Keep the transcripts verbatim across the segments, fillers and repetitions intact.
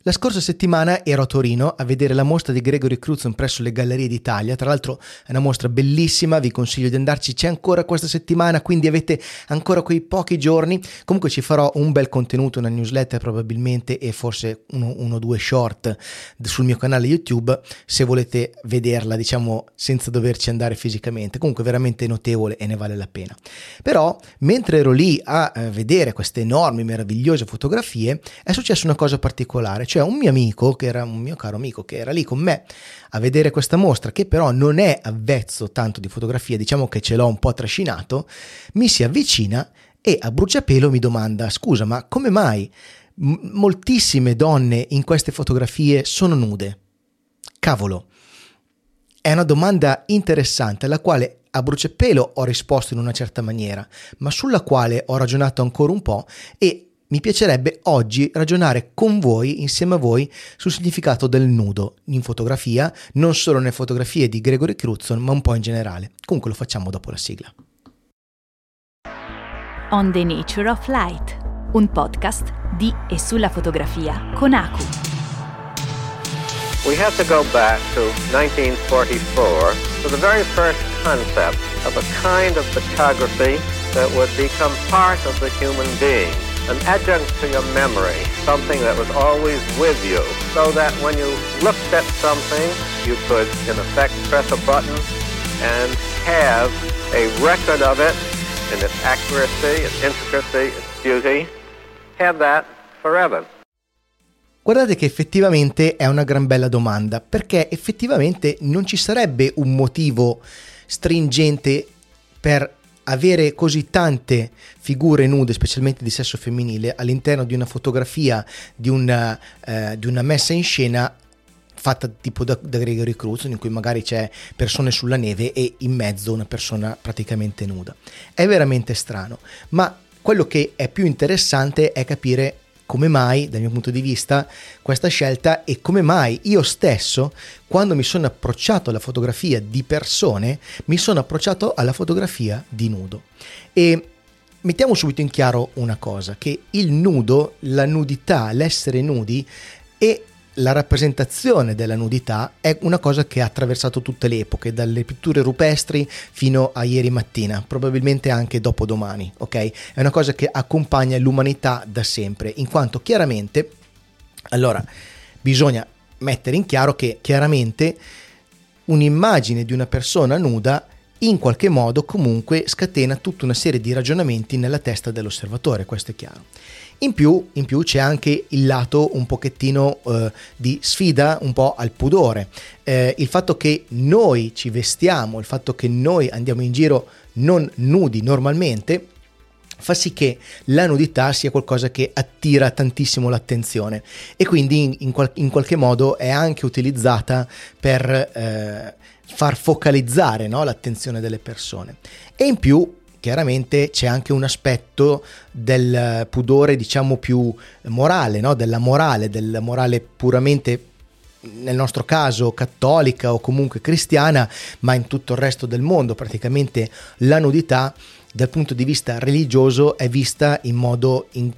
La scorsa settimana ero a Torino a vedere la mostra di Gregory Crewdson presso le Gallerie d'Italia. Tra l'altro è una mostra bellissima, vi consiglio di andarci, c'è ancora questa settimana, quindi avete ancora quei pochi giorni. Comunque ci farò un bel contenuto, una newsletter probabilmente e forse uno o due short sul mio canale YouTube se volete vederla, diciamo, senza doverci andare fisicamente. Comunque veramente notevole e ne vale la pena. Però mentre ero lì a vedere queste enormi, meravigliose fotografie è successa una cosa particolare. Cioè un mio amico, che era un mio caro amico, che era lì con me a vedere questa mostra, che però non è avvezzo tanto di fotografia, diciamo che ce l'ho un po' trascinato, mi si avvicina e a bruciapelo mi domanda: scusa, ma come mai m- moltissime donne in queste fotografie sono nude? Cavolo, è una domanda interessante alla quale a bruciapelo ho risposto in una certa maniera, ma sulla quale ho ragionato ancora un po' e mi piacerebbe oggi ragionare con voi, insieme a voi, sul significato del nudo in fotografia, non solo nelle fotografie di Gregory Crewdson, ma un po' in generale. Comunque lo facciamo dopo la sigla. On the Nature of Light, un podcast di e sulla fotografia con Aku. We have to go back to nineteen forty-four to the very first concept of a kind of photography that would become part of the human being. An adjunct to your memory, something that was always with you, so that when you looked at something, you could, in effect, press a button and have a record of it in its accuracy, its intricacy, its beauty. Have that forever. Guardate che effettivamente è una gran bella domanda, perché effettivamente non ci sarebbe un motivo stringente per avere così tante figure nude, specialmente di sesso femminile, all'interno di una fotografia, di una, eh, di una messa in scena fatta tipo da, da Gregory Crewdson, in cui magari c'è persone sulla neve e in mezzo una persona praticamente nuda. È veramente strano, ma quello che è più interessante è capire come mai, dal mio punto di vista, questa scelta e come mai io stesso, quando mi sono approcciato alla fotografia di persone, mi sono approcciato alla fotografia di nudo. E mettiamo subito in chiaro una cosa, che il nudo, la nudità, l'essere nudi e la rappresentazione della nudità è una cosa che ha attraversato tutte le epoche, dalle pitture rupestri fino a ieri mattina, probabilmente anche dopodomani, ok? È una cosa che accompagna l'umanità da sempre, in quanto chiaramente, allora, bisogna mettere in chiaro che chiaramente un'immagine di una persona nuda in qualche modo comunque scatena tutta una serie di ragionamenti nella testa dell'osservatore, questo è chiaro. In più, in più c'è anche il lato un pochettino eh, di sfida un po' al pudore, eh, il fatto che noi ci vestiamo, il fatto che noi andiamo in giro non nudi normalmente fa sì che la nudità sia qualcosa che attira tantissimo l'attenzione e quindi in, in, qual- in qualche modo è anche utilizzata per eh, far focalizzare, no, l'attenzione delle persone. E in più chiaramente c'è anche un aspetto del pudore, diciamo, più morale, no? Della morale, della morale puramente, nel nostro caso, cattolica o comunque cristiana, ma in tutto il resto del mondo praticamente la nudità dal punto di vista religioso è vista in modo, in...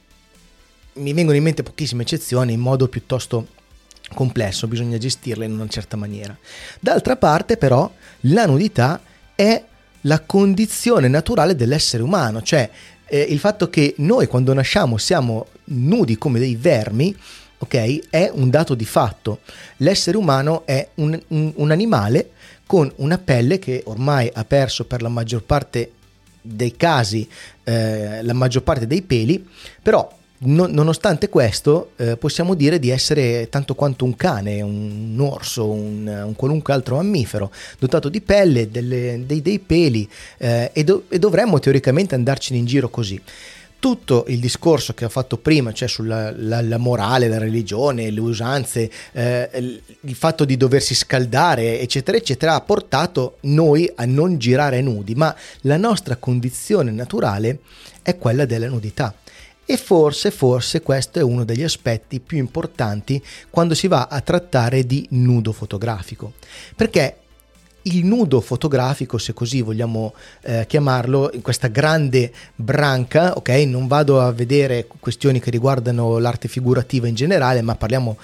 mi vengono in mente pochissime eccezioni, in modo piuttosto complesso, bisogna gestirla in una certa maniera. D'altra parte però la nudità è la condizione naturale dell'essere umano, cioè eh, il fatto che noi quando nasciamo siamo nudi come dei vermi, ok, è un dato di fatto. L'essere umano è un, un, un animale con una pelle che ormai ha perso per la maggior parte dei casi eh, la maggior parte dei peli, però No, nonostante questo eh, possiamo dire di essere tanto quanto un cane, un, un orso, un, un qualunque altro mammifero dotato di pelle, delle, dei, dei peli eh, e, do, e dovremmo teoricamente andarcene in giro così. Tutto il discorso che ho fatto prima, cioè sulla la, la morale, la religione, le usanze, eh, il, il fatto di doversi scaldare, eccetera, eccetera, ha portato noi a non girare nudi, ma la nostra condizione naturale è quella della nudità. E forse, forse questo è uno degli aspetti più importanti quando si va a trattare di nudo fotografico, perché il nudo fotografico, se così vogliamo eh, chiamarlo, in questa grande branca, ok? Non vado a vedere questioni che riguardano l'arte figurativa in generale, ma parliamo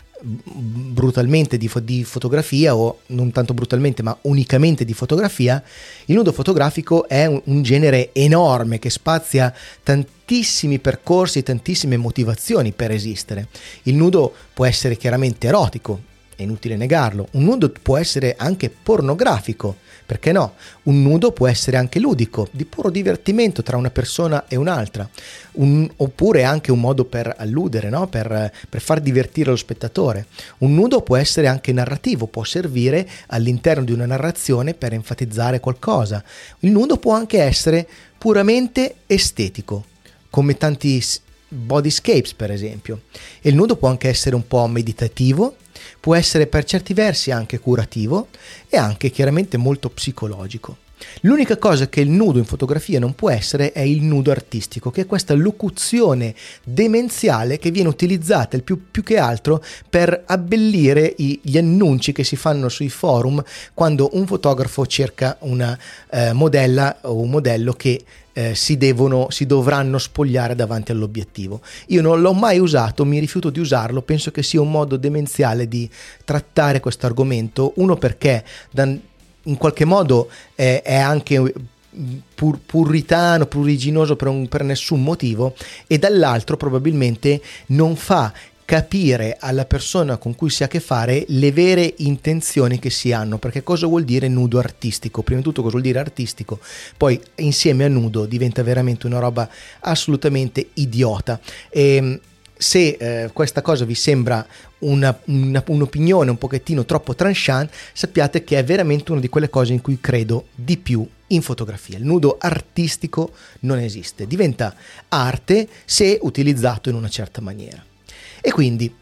brutalmente di, fo- di fotografia, o non tanto brutalmente ma unicamente di fotografia. Il nudo fotografico è un, un genere enorme che spazia tantissimi percorsi, tantissime motivazioni per esistere. Il nudo può essere chiaramente erotico, è inutile negarlo. Un nudo può essere anche pornografico, perché no? Un nudo può essere anche ludico, di puro divertimento tra una persona e un'altra, un, oppure anche un modo per alludere, no? per, per far divertire lo spettatore. Un nudo può essere anche narrativo, può servire all'interno di una narrazione per enfatizzare qualcosa. Il nudo può anche essere puramente estetico, come tanti bodyscapes per esempio. E il nudo può anche essere un po' meditativo, può essere per certi versi anche curativo e anche chiaramente molto psicologico. L'unica cosa che il nudo in fotografia non può essere è il nudo artistico, che è questa locuzione demenziale che viene utilizzata il più, più che altro per abbellire i, gli annunci che si fanno sui forum quando un fotografo cerca una eh, modella o un modello che Eh, si devono, si dovranno spogliare davanti all'obiettivo. Io non l'ho mai usato, mi rifiuto di usarlo, penso che sia un modo demenziale di trattare questo argomento, uno perché da, in qualche modo eh, è anche pur, puritano, pruriginoso per, un, per nessun motivo, e dall'altro probabilmente non fa capire alla persona con cui si ha a che fare le vere intenzioni che si hanno, perché cosa vuol dire nudo artistico? Prima di tutto cosa vuol dire artistico, poi insieme a nudo diventa veramente una roba assolutamente idiota. E se eh, questa cosa vi sembra una, una, un'opinione un pochettino troppo tranchant, sappiate che è veramente una di quelle cose in cui credo di più in fotografia. Il nudo artistico non esiste, diventa arte se utilizzato in una certa maniera. E quindi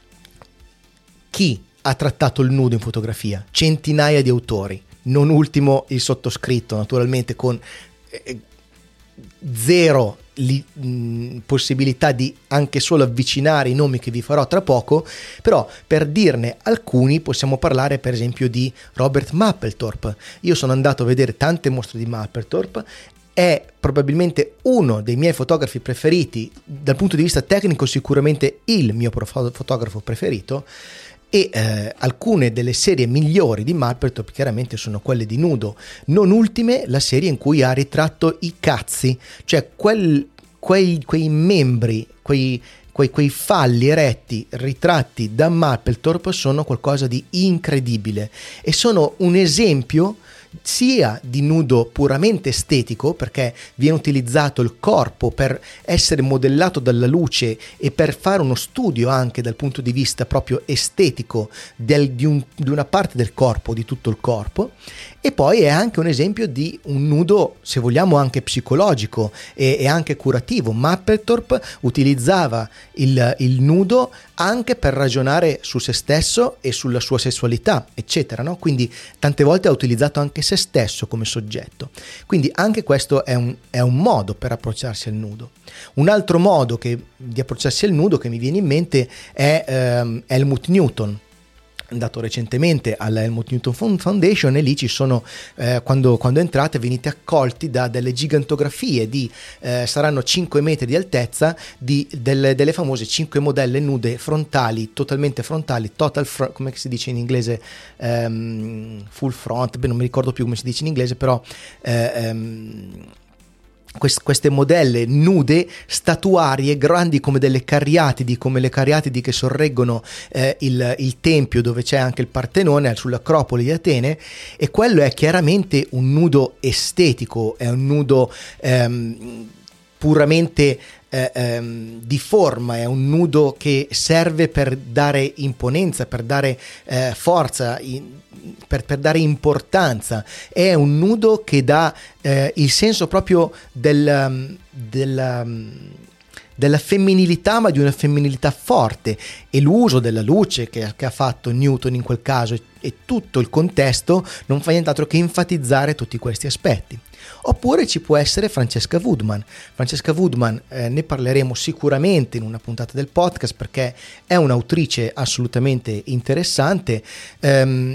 chi ha trattato il nudo in fotografia? Centinaia di autori, non ultimo il sottoscritto, naturalmente, con eh, zero li, mh, possibilità di anche solo avvicinare i nomi che vi farò tra poco, però per dirne alcuni possiamo parlare per esempio di Robert Mapplethorpe. Io sono andato a vedere tante mostre di Mapplethorpe, è probabilmente uno dei miei fotografi preferiti, dal punto di vista tecnico sicuramente il mio fotografo preferito, e eh, alcune delle serie migliori di Mapplethorpe chiaramente sono quelle di nudo, non ultime la serie in cui ha ritratto i cazzi, cioè quel, quei, quei membri, quei, quei, quei falli eretti ritratti da Mapplethorpe sono qualcosa di incredibile e sono un esempio sia di nudo puramente estetico, perché viene utilizzato il corpo per essere modellato dalla luce e per fare uno studio anche dal punto di vista proprio estetico del, di, un, di una parte del corpo, di tutto il corpo, e poi è anche un esempio di un nudo, se vogliamo, anche psicologico e, e anche curativo. Mapplethorpe utilizzava il, il nudo anche per ragionare su se stesso e sulla sua sessualità, eccetera, no? Quindi tante volte ha utilizzato anche se stesso come soggetto. Quindi anche questo è un, è un modo per approcciarsi al nudo. Un altro modo che, di approcciarsi al nudo che mi viene in mente è ehm, Helmut Newton. Andato recentemente alla Helmut Newton Foundation e lì ci sono, eh, quando, quando entrate venite accolti da delle gigantografie di eh, saranno cinque metri di altezza di, delle, delle famose cinque modelle nude frontali, totalmente frontali, total front, come si dice in inglese, um, full front, beh, non mi ricordo più come si dice in inglese, però eh, um, queste modelle nude statuarie grandi come delle cariatidi, come le cariatidi che sorreggono eh, il, il tempio dove c'è anche il Partenone sull'Acropoli di Atene, e quello è chiaramente un nudo estetico, è un nudo ehm, puramente eh, ehm, di forma, è un nudo che serve per dare imponenza, per dare eh, forza, in, Per, per dare importanza. È un nudo che dà eh, il senso proprio del, del, della femminilità, ma di una femminilità forte, e l'uso della luce che, che ha fatto Newton in quel caso e, e tutto il contesto non fa nient'altro che enfatizzare tutti questi aspetti. Oppure ci può essere Francesca Woodman. Francesca Woodman eh, ne parleremo sicuramente in una puntata del podcast perché è un'autrice assolutamente interessante. ehm,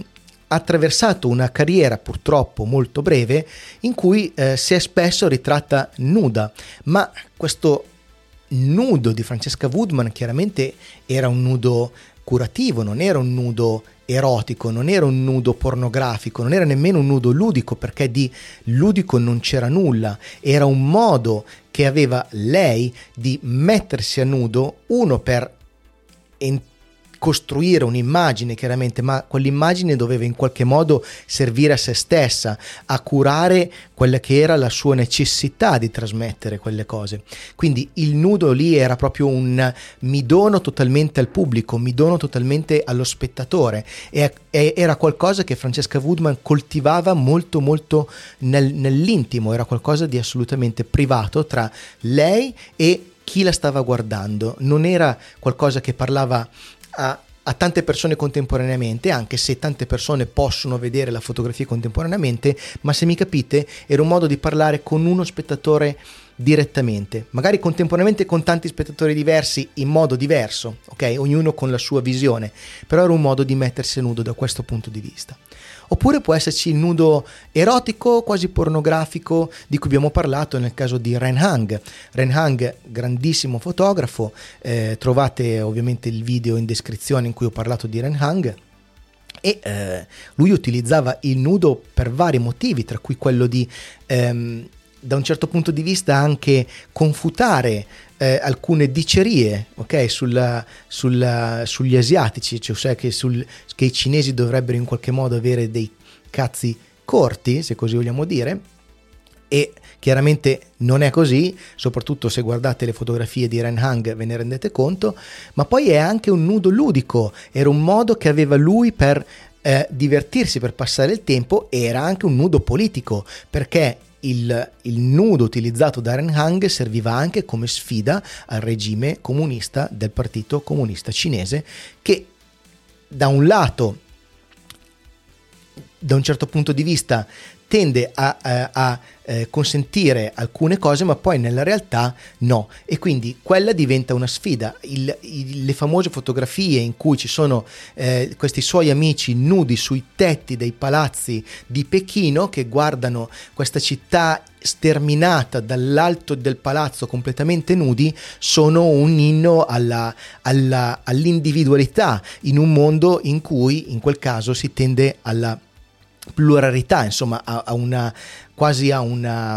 attraversato una carriera purtroppo molto breve in cui eh, si è spesso ritratta nuda, ma questo nudo di Francesca Woodman chiaramente era un nudo curativo, non era un nudo erotico, non era un nudo pornografico, non era nemmeno un nudo ludico, perché di ludico non c'era nulla, era un modo che aveva lei di mettersi a nudo, uno per entrare, costruire un'immagine chiaramente, ma quell'immagine doveva in qualche modo servire a se stessa, a curare quella che era la sua necessità di trasmettere quelle cose. Quindi il nudo lì era proprio un mi dono totalmente al pubblico, mi dono totalmente allo spettatore, e, e era qualcosa che Francesca Woodman coltivava molto molto nel, nell'intimo, era qualcosa di assolutamente privato tra lei e chi la stava guardando, non era qualcosa che parlava A, a tante persone contemporaneamente, anche se tante persone possono vedere la fotografia contemporaneamente, ma se mi capite era un modo di parlare con uno spettatore direttamente, magari contemporaneamente con tanti spettatori diversi in modo diverso, ok? Ognuno con la sua visione, però era un modo di mettersi nudo da questo punto di vista. Oppure può esserci il nudo erotico, quasi pornografico, di cui abbiamo parlato nel caso di Ren Hang. Ren Hang, grandissimo fotografo, eh, trovate ovviamente il video in descrizione in cui ho parlato di Ren Hang, e eh, lui utilizzava il nudo per vari motivi, tra cui quello di ehm, da un certo punto di vista anche confutare eh, alcune dicerie, ok, sulla, sulla, sugli asiatici, cioè che, sul, che i cinesi dovrebbero in qualche modo avere dei cazzi corti, se così vogliamo dire, e chiaramente non è così, soprattutto se guardate le fotografie di Ren Hang ve ne rendete conto, ma poi è anche un nudo ludico, era un modo che aveva lui per eh, divertirsi, per passare il tempo, e era anche un nudo politico, perché Il, il nudo utilizzato da Ren Hang serviva anche come sfida al regime comunista del Partito Comunista Cinese, che da un lato, da un certo punto di vista, tende a, a, a eh, consentire alcune cose, ma poi nella realtà no, e quindi quella diventa una sfida. Il, il, le famose fotografie in cui ci sono eh, questi suoi amici nudi sui tetti dei palazzi di Pechino, che guardano questa città sterminata dall'alto del palazzo completamente nudi, sono un inno alla, alla, all'individualità in un mondo in cui in quel caso si tende alla pluralità, insomma a, a una quasi a una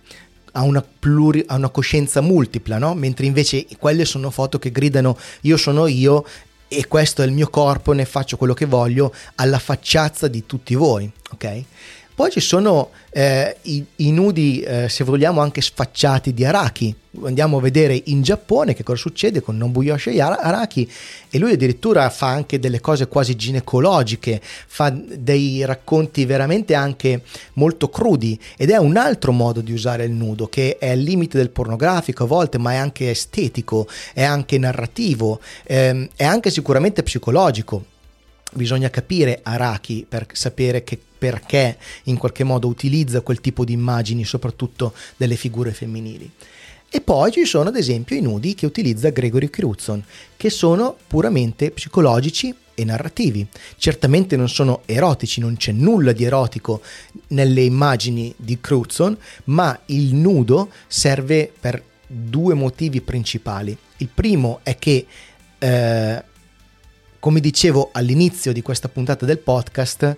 a una, pluri, a una coscienza multipla, no? Mentre invece quelle sono foto che gridano io sono io e questo è il mio corpo, ne faccio quello che voglio alla facciazza di tutti voi, ok? Poi ci sono eh, i, i nudi, eh, se vogliamo, anche sfacciati di Araki. Andiamo a vedere in Giappone che cosa succede con Nobuyoshi Araki, e lui addirittura fa anche delle cose quasi ginecologiche, fa dei racconti veramente anche molto crudi, ed è un altro modo di usare il nudo che è al limite del pornografico a volte, ma è anche estetico, è anche narrativo, ehm, è anche sicuramente psicologico. Bisogna capire Araki per sapere che perché in qualche modo utilizza quel tipo di immagini, soprattutto delle figure femminili. E poi ci sono ad esempio i nudi che utilizza Gregory Crewdson, che sono puramente psicologici e narrativi. Certamente non sono erotici, non c'è nulla di erotico nelle immagini di Crewdson, ma il nudo serve per due motivi principali. Il primo è che eh, come dicevo all'inizio di questa puntata del podcast,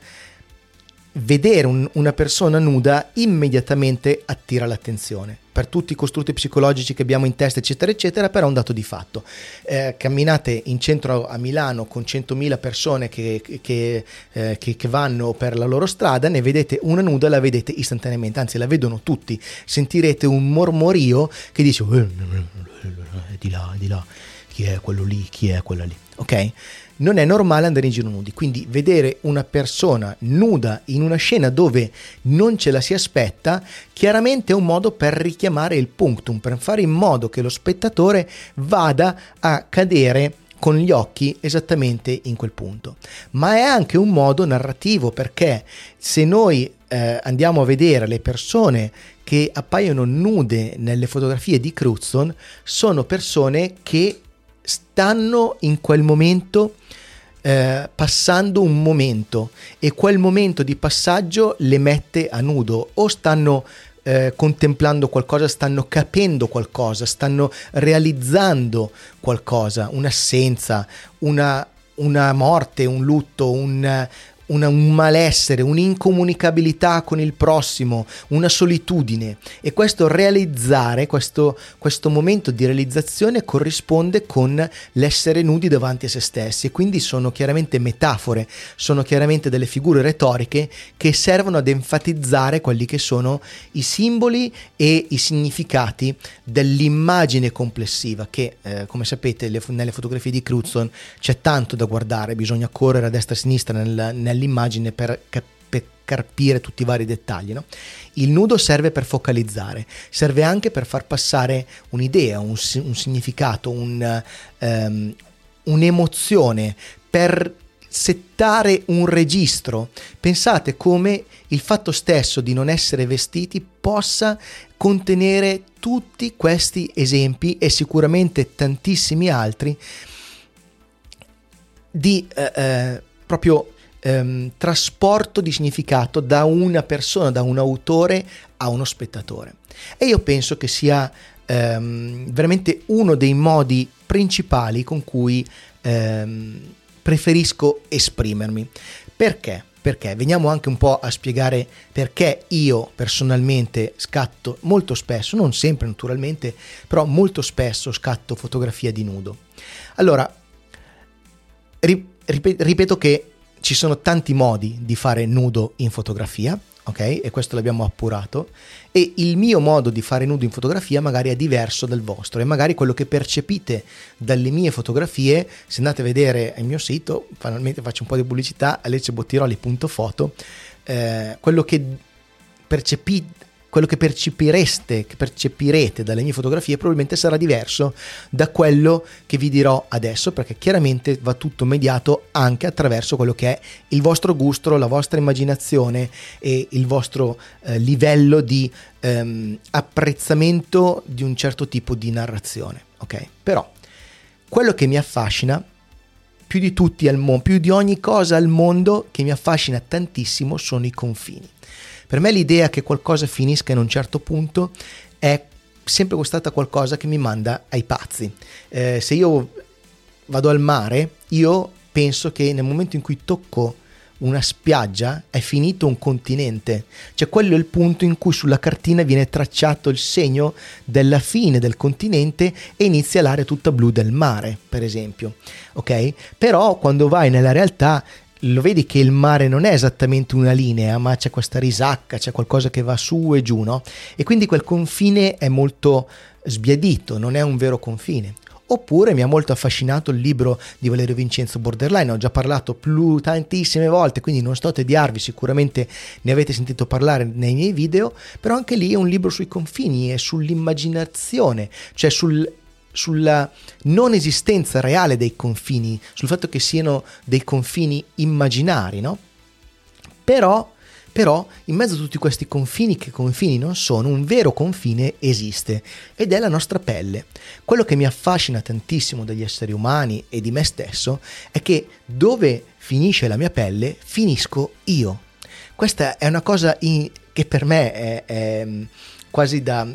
vedere un, una persona nuda immediatamente attira l'attenzione. Per tutti i costrutti psicologici che abbiamo in testa, eccetera, eccetera, però è un dato di fatto. Eh, camminate in centro a Milano con centomila persone che, che, eh, che, che vanno per la loro strada, ne vedete una nuda, la vedete istantaneamente, anzi la vedono tutti. Sentirete un mormorio che dice eh, di là, di là, chi è quello lì, chi è quella lì, ok? Non è normale andare in giro nudi, quindi vedere una persona nuda in una scena dove non ce la si aspetta, chiaramente è un modo per richiamare il punctum, per fare in modo che lo spettatore vada a cadere con gli occhi esattamente in quel punto. Ma è anche un modo narrativo, perché se noi eh, andiamo a vedere le persone che appaiono nude nelle fotografie di Crewdson, sono persone che stanno in quel momento eh, passando un momento, e quel momento di passaggio le mette a nudo, o stanno eh, contemplando qualcosa, stanno capendo qualcosa, stanno realizzando qualcosa, un'assenza, una, una morte, un lutto, un... Una, un malessere, un'incomunicabilità con il prossimo, una solitudine, e questo realizzare, questo, questo momento di realizzazione corrisponde con l'essere nudi davanti a se stessi, e quindi sono chiaramente metafore, sono chiaramente delle figure retoriche che servono ad enfatizzare quelli che sono i simboli e i significati dell'immagine complessiva che, eh, come sapete, le, nelle fotografie di Crutzen c'è tanto da guardare, bisogna correre a destra e a sinistra nel, nel l'immagine per, per carpire tutti i vari dettagli, no? Il nudo serve per focalizzare, serve anche per far passare un'idea, un, un significato, un, um, un'emozione, per settare un registro. Pensate come il fatto stesso di non essere vestiti possa contenere tutti questi esempi, e sicuramente tantissimi altri, di eh, eh, proprio Ehm, trasporto di significato da una persona, da un autore a uno spettatore. E io penso che sia ehm, veramente uno dei modi principali con cui ehm, preferisco esprimermi. Perché? Perché veniamo anche un po' a spiegare perché io personalmente scatto molto spesso, non sempre naturalmente, però molto spesso scatto fotografia di nudo. Allora, rip- ripeto che ci sono tanti modi di fare nudo in fotografia, ok? E questo l'abbiamo appurato, e il mio modo di fare nudo in fotografia magari è diverso dal vostro, e magari quello che percepite dalle mie fotografie, se andate a vedere il mio sito, finalmente faccio un po' di pubblicità, alecebottiroli punto foto, eh, quello che percepite, quello che percepireste, che percepirete dalle mie fotografie probabilmente sarà diverso da quello che vi dirò adesso, perché chiaramente va tutto mediato anche attraverso quello che è il vostro gusto, la vostra immaginazione e il vostro eh, livello di ehm, apprezzamento di un certo tipo di narrazione, ok? Però quello che mi affascina più di tutti al mondo, più di ogni cosa al mondo che mi affascina tantissimo, sono i confini. Per me l'idea che qualcosa finisca in un certo punto è sempre stata qualcosa che mi manda ai pazzi. Eh, se io vado al mare, io penso che nel momento in cui tocco una spiaggia è finito un continente, cioè quello è il punto in cui sulla cartina viene tracciato il segno della fine del continente e inizia l'area tutta blu del mare, per esempio, ok? Però quando vai nella realtà lo vedi che il mare non è esattamente una linea, ma c'è questa risacca, c'è qualcosa che va su e giù, no? E quindi quel confine è molto sbiadito, non è un vero confine. Oppure mi ha molto affascinato il libro di Valerio Vincenzo, Borderline, ho già parlato più tantissime volte, quindi non sto a tediarvi, sicuramente ne avete sentito parlare nei miei video, però anche lì è un libro sui confini e sull'immaginazione, cioè sul... sulla non esistenza reale dei confini, sul fatto che siano dei confini immaginari, no? Però, però in mezzo a tutti questi confini che confini non sono, un vero confine esiste, ed è la nostra pelle. Quello che mi affascina tantissimo degli esseri umani e di me stesso è che dove finisce la mia pelle finisco io. Questa è una cosa in, che per me è, è quasi da...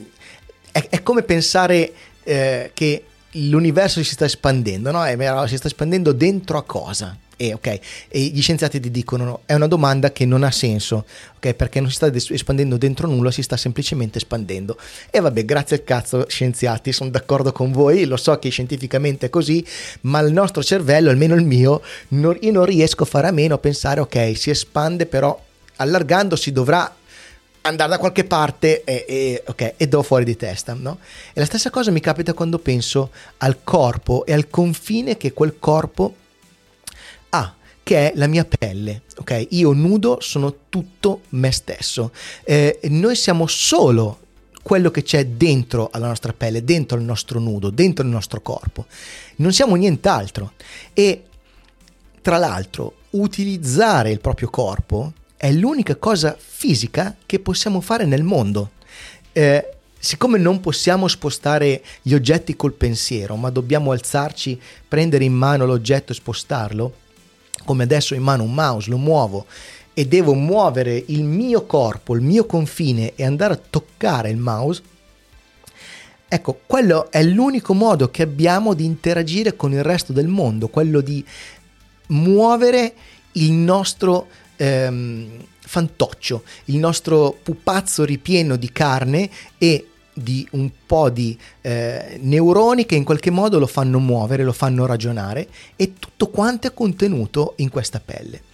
è, è come pensare Eh, che l'universo si sta espandendo, no? E si sta espandendo dentro a cosa? E ok, e gli scienziati ti dicono no, è una domanda che non ha senso, ok? Perché non si sta espandendo dentro nulla, si sta semplicemente espandendo. E vabbè, grazie al cazzo scienziati, sono d'accordo con voi, lo so che scientificamente è così, ma il nostro cervello, almeno il mio, non, io non riesco a fare a meno a pensare ok, si espande, però allargandosi dovrà andare da qualche parte e, e, okay, e do fuori di testa, no? E la stessa cosa mi capita quando penso al corpo e al confine che quel corpo ha, che è la mia pelle, ok? Io nudo sono tutto me stesso. Eh, noi siamo solo quello che c'è dentro alla nostra pelle, dentro il nostro nudo, dentro il nostro corpo. Non siamo nient'altro. E tra l'altro, utilizzare il proprio corpo è l'unica cosa fisica che possiamo fare nel mondo. Eh, siccome non possiamo spostare gli oggetti col pensiero, ma dobbiamo alzarci, prendere in mano l'oggetto e spostarlo, come adesso ho in mano un mouse, lo muovo e devo muovere il mio corpo, il mio confine e andare a toccare il mouse, ecco, quello è l'unico modo che abbiamo di interagire con il resto del mondo, quello di muovere il nostro ehm, fantoccio, il nostro pupazzo ripieno di carne e di un po' di eh, neuroni che in qualche modo lo fanno muovere, lo fanno ragionare, e tutto quanto è contenuto in questa pelle.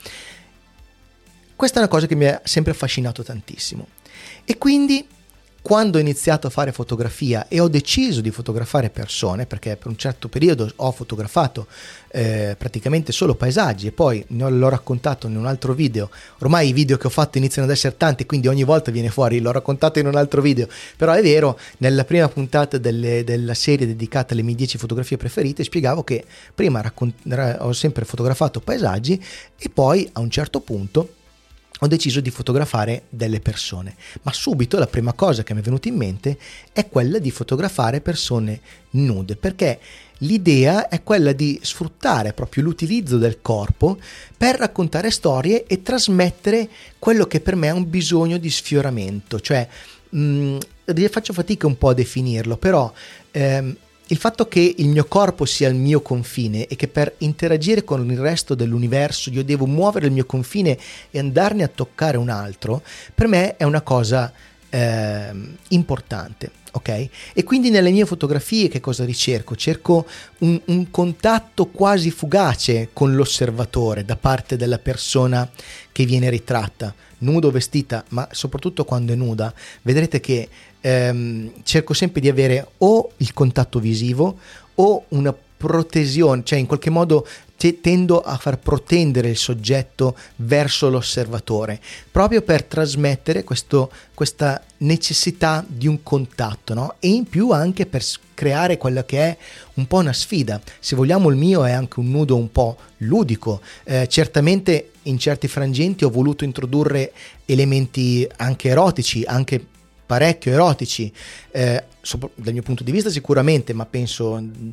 Questa è una cosa che mi ha sempre affascinato tantissimo, e quindi quando ho iniziato a fare fotografia e ho deciso di fotografare persone, perché per un certo periodo ho fotografato eh, praticamente solo paesaggi, e poi ne l'ho raccontato in un altro video. Ormai i video che ho fatto iniziano ad essere tanti, quindi ogni volta viene fuori, l'ho raccontato in un altro video, però è vero, nella prima puntata delle, della serie dedicata alle mie dieci fotografie preferite spiegavo che prima raccont- ho sempre fotografato paesaggi e poi a un certo punto ho deciso di fotografare delle persone, ma subito la prima cosa che mi è venuta in mente è quella di fotografare persone nude, perché l'idea è quella di sfruttare proprio l'utilizzo del corpo per raccontare storie e trasmettere quello che per me è un bisogno di sfioramento, cioè mh, faccio fatica un po' a definirlo, però ehm, il fatto che il mio corpo sia il mio confine e che per interagire con il resto dell'universo io devo muovere il mio confine e andarne a toccare un altro, per me è una cosa eh, importante, ok? E quindi nelle mie fotografie che cosa ricerco? Cerco un, un contatto quasi fugace con l'osservatore da parte della persona che viene ritratta, nudo o vestita, ma soprattutto quando è nuda. Vedrete che ehm, cerco sempre di avere o il contatto visivo o una protesione, cioè in qualche modo te- tendo a far protendere il soggetto verso l'osservatore, proprio per trasmettere questo, questa necessità di un contatto, no? E in più anche per creare quella che è un po' una sfida. Se vogliamo, il mio è anche un nudo un po' ludico, eh, certamente in certi frangenti ho voluto introdurre elementi anche erotici, anche parecchio erotici, eh, sopra, dal mio punto di vista sicuramente, ma penso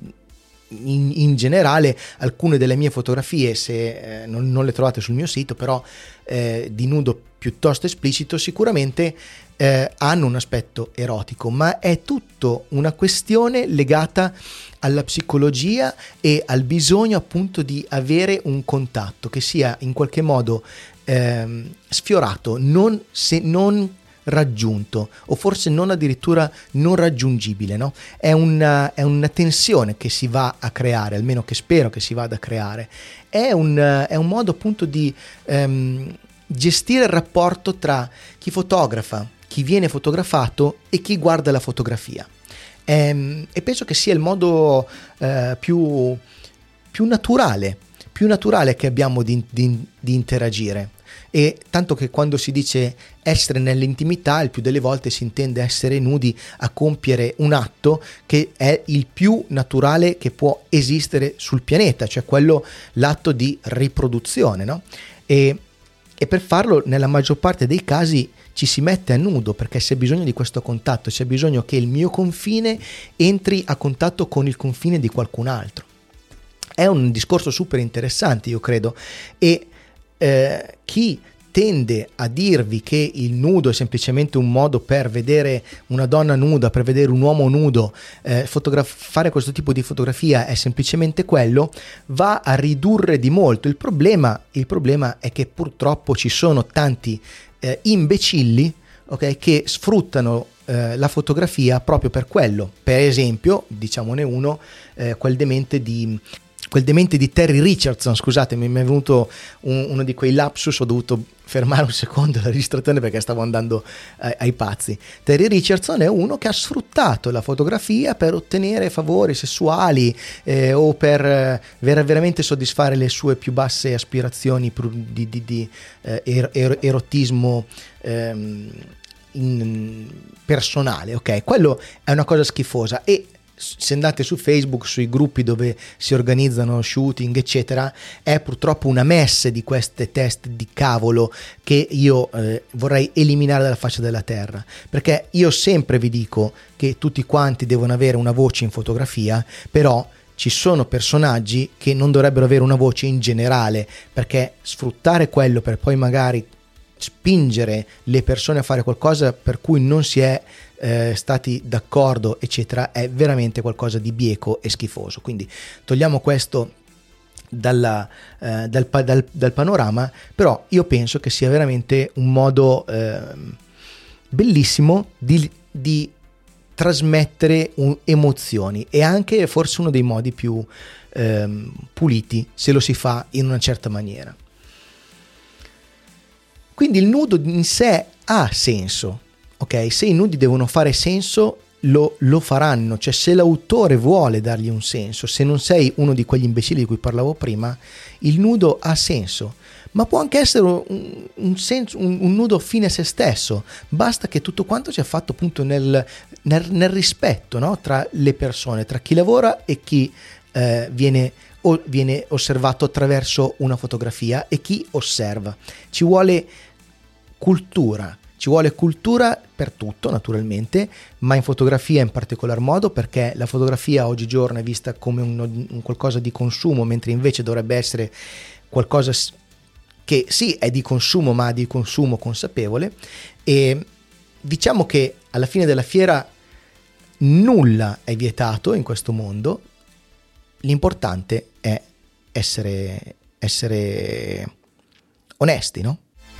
in, in generale alcune delle mie fotografie, se eh, non, non le trovate sul mio sito, però eh, di nudo piuttosto esplicito sicuramente eh, hanno un aspetto erotico, ma è tutto una questione legata alla psicologia e al bisogno appunto di avere un contatto che sia in qualche modo ehm, sfiorato, non, se, non raggiunto, o forse non addirittura non raggiungibile, no? È una, è una tensione che si va a creare, almeno che spero che si vada a creare. È un, è un modo appunto di ehm, gestire il rapporto tra chi fotografa, chi viene fotografato e chi guarda la fotografia. E, e penso che sia il modo eh, più, più naturale, più naturale che abbiamo di, di, di interagire. E tanto che quando si dice essere nell'intimità, il più delle volte si intende essere nudi a compiere un atto che è il più naturale che può esistere sul pianeta, cioè quello, l'atto di riproduzione, no? E, e per farlo nella maggior parte dei casi ci si mette a nudo, perché c'è bisogno di questo contatto, c'è bisogno che il mio confine entri a contatto con il confine di qualcun altro. È un discorso super interessante, io credo, e eh, chi tende a dirvi che il nudo è semplicemente un modo per vedere una donna nuda, per vedere un uomo nudo, eh, fotograf- fare questo tipo di fotografia è semplicemente quello, va a ridurre di molto il problema. Il problema è che purtroppo ci sono tanti eh, imbecilli, okay, che sfruttano eh, la fotografia proprio per quello. Per esempio, diciamone uno, eh, quel demente di quel demente di Terry Richardson, scusate, mi è venuto un, uno di quei lapsus, ho dovuto fermare un secondo la registrazione perché stavo andando ai, ai pazzi. Terry Richardson è uno che ha sfruttato la fotografia per ottenere favori sessuali eh, o per eh, veramente soddisfare le sue più basse aspirazioni di, di, di eh, er, er, erotismo ehm, in, personale, ok? Quello è una cosa schifosa. E se andate su Facebook, sui gruppi dove si organizzano shooting eccetera, è purtroppo una messe di queste teste di cavolo che io eh, vorrei eliminare dalla faccia della terra, perché io sempre vi dico che tutti quanti devono avere una voce in fotografia, però ci sono personaggi che non dovrebbero avere una voce in generale, perché sfruttare quello per poi magari spingere le persone a fare qualcosa per cui non si è eh, stati d'accordo, eccetera, è veramente qualcosa di bieco e schifoso. Quindi togliamo questo dalla, eh, dal, dal, dal panorama, però io penso che sia veramente un modo eh, bellissimo di, di trasmettere un, emozioni, e anche forse uno dei modi più eh, puliti se lo si fa in una certa maniera. Quindi il nudo in sé ha senso, ok? Se i nudi devono fare senso, lo, lo faranno. Cioè, se l'autore vuole dargli un senso, se non sei uno di quegli imbecilli di cui parlavo prima, il nudo ha senso. Ma può anche essere un, un, senso, un, un nudo fine a se stesso. Basta che tutto quanto sia fatto appunto nel, nel, nel rispetto, no? Tra le persone, tra chi lavora e chi eh, viene o viene osservato attraverso una fotografia e chi osserva. Ci vuole cultura, ci vuole cultura per tutto naturalmente, ma in fotografia in particolar modo, perché la fotografia oggigiorno è vista come un, un qualcosa di consumo, mentre invece dovrebbe essere qualcosa che sì è di consumo, ma di consumo consapevole. E diciamo che alla fine della fiera nulla è vietato in questo mondo. L'importante è essere, essere onesti, no?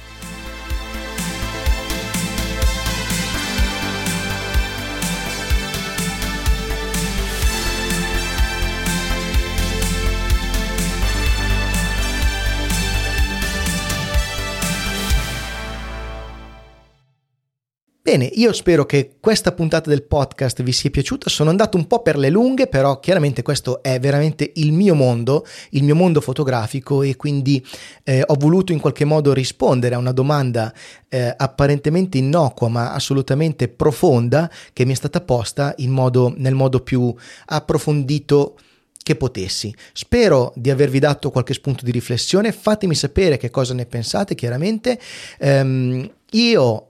Bene, io spero che questa puntata del podcast vi sia piaciuta. Sono andato un po' per le lunghe, però chiaramente questo è veramente il mio mondo, il mio mondo fotografico, e quindi eh, ho voluto in qualche modo rispondere a una domanda eh, apparentemente innocua ma assolutamente profonda che mi è stata posta in modo, nel modo più approfondito che potessi. Spero di avervi dato qualche spunto di riflessione. Fatemi sapere che cosa ne pensate, chiaramente. Um, io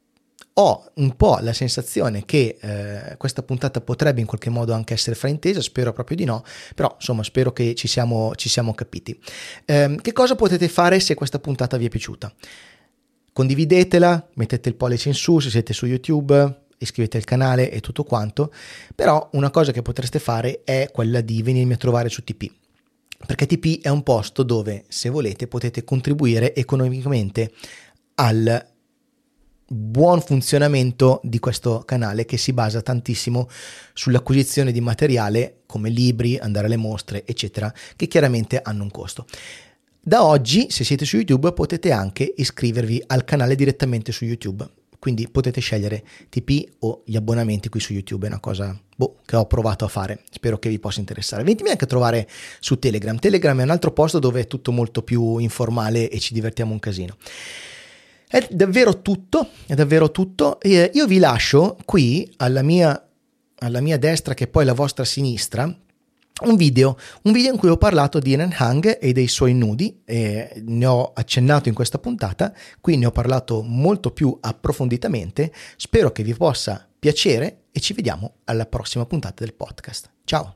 ho un po' la sensazione che eh, questa puntata potrebbe in qualche modo anche essere fraintesa, spero proprio di no, però insomma spero che ci siamo, ci siamo capiti. Eh, che cosa potete fare se questa puntata vi è piaciuta? Condividetela, mettete il pollice in su se siete su YouTube, iscrivetevi al canale e tutto quanto, però una cosa che potreste fare è quella di venirmi a trovare su T P, perché T P è un posto dove, se volete, potete contribuire economicamente al buon funzionamento di questo canale, che si basa tantissimo sull'acquisizione di materiale come libri, andare alle mostre, eccetera, che chiaramente hanno un costo. Da oggi, se siete su YouTube, potete anche iscrivervi al canale direttamente su YouTube, quindi potete scegliere T P o gli abbonamenti qui su YouTube. È una cosa boh, che ho provato a fare, spero che vi possa interessare. Venitemi anche a trovare su Telegram. Telegram è un altro posto dove è tutto molto più informale e ci divertiamo un casino. È davvero tutto, è davvero tutto. E io vi lascio qui alla mia, alla mia destra, che è poi la vostra sinistra, un video, un video in cui ho parlato di Enan Hang e dei suoi nudi. E ne ho accennato in questa puntata, qui ne ho parlato molto più approfonditamente. Spero che vi possa piacere e ci vediamo alla prossima puntata del podcast. Ciao!